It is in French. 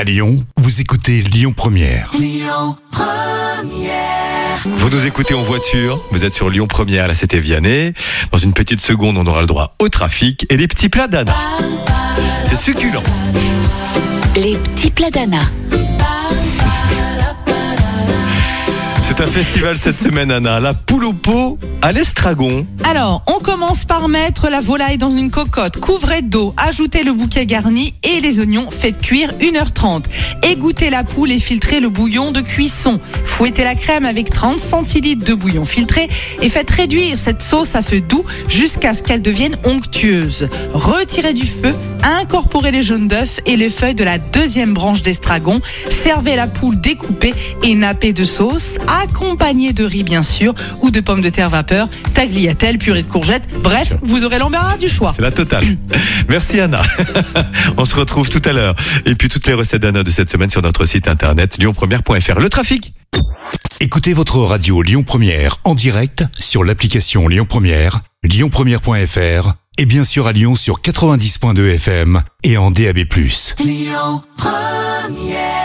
À Lyon, vous écoutez Lyon Première. Lyon Première. Vous nous écoutez en voiture, vous êtes sur Lyon Première, là c'était Vianney. Dans une petite seconde, on aura le droit au trafic et les petits plats d'Anna. C'est succulent. Les petits plats d'Anna. C'est un festival cette semaine, Anna. La poule au pot à l'estragon. Alors, on commence par mettre la volaille dans une cocotte, couvrez d'eau, ajoutez le bouquet garni et les oignons, faites cuire 1h30. Égouttez la poule et filtrez le bouillon de cuisson. Fouettez la crème avec 30 centilitres de bouillon filtré et faites réduire cette sauce à feu doux jusqu'à ce qu'elle devienne onctueuse. Retirez du feu, incorporez les jaunes d'œufs et les feuilles de la deuxième branche d'estragon. Servez la poule découpée et nappée de sauce, accompagnée de riz bien sûr, ou de pommes de terre vapeur, tagliatelle, purée de courgettes. Bref, vous aurez l'embarras du choix. C'est la totale. Merci Anna. On se retrouve tout à l'heure. Et puis toutes les recettes d'Anna de cette semaine sur notre site internet lyonpremière.fr. Le trafic. Écoutez votre radio Lyon Première en direct sur l'application Lyon Première, lyonpremière.fr et bien sûr à Lyon sur 90.2 FM et en DAB+. Lyon Première.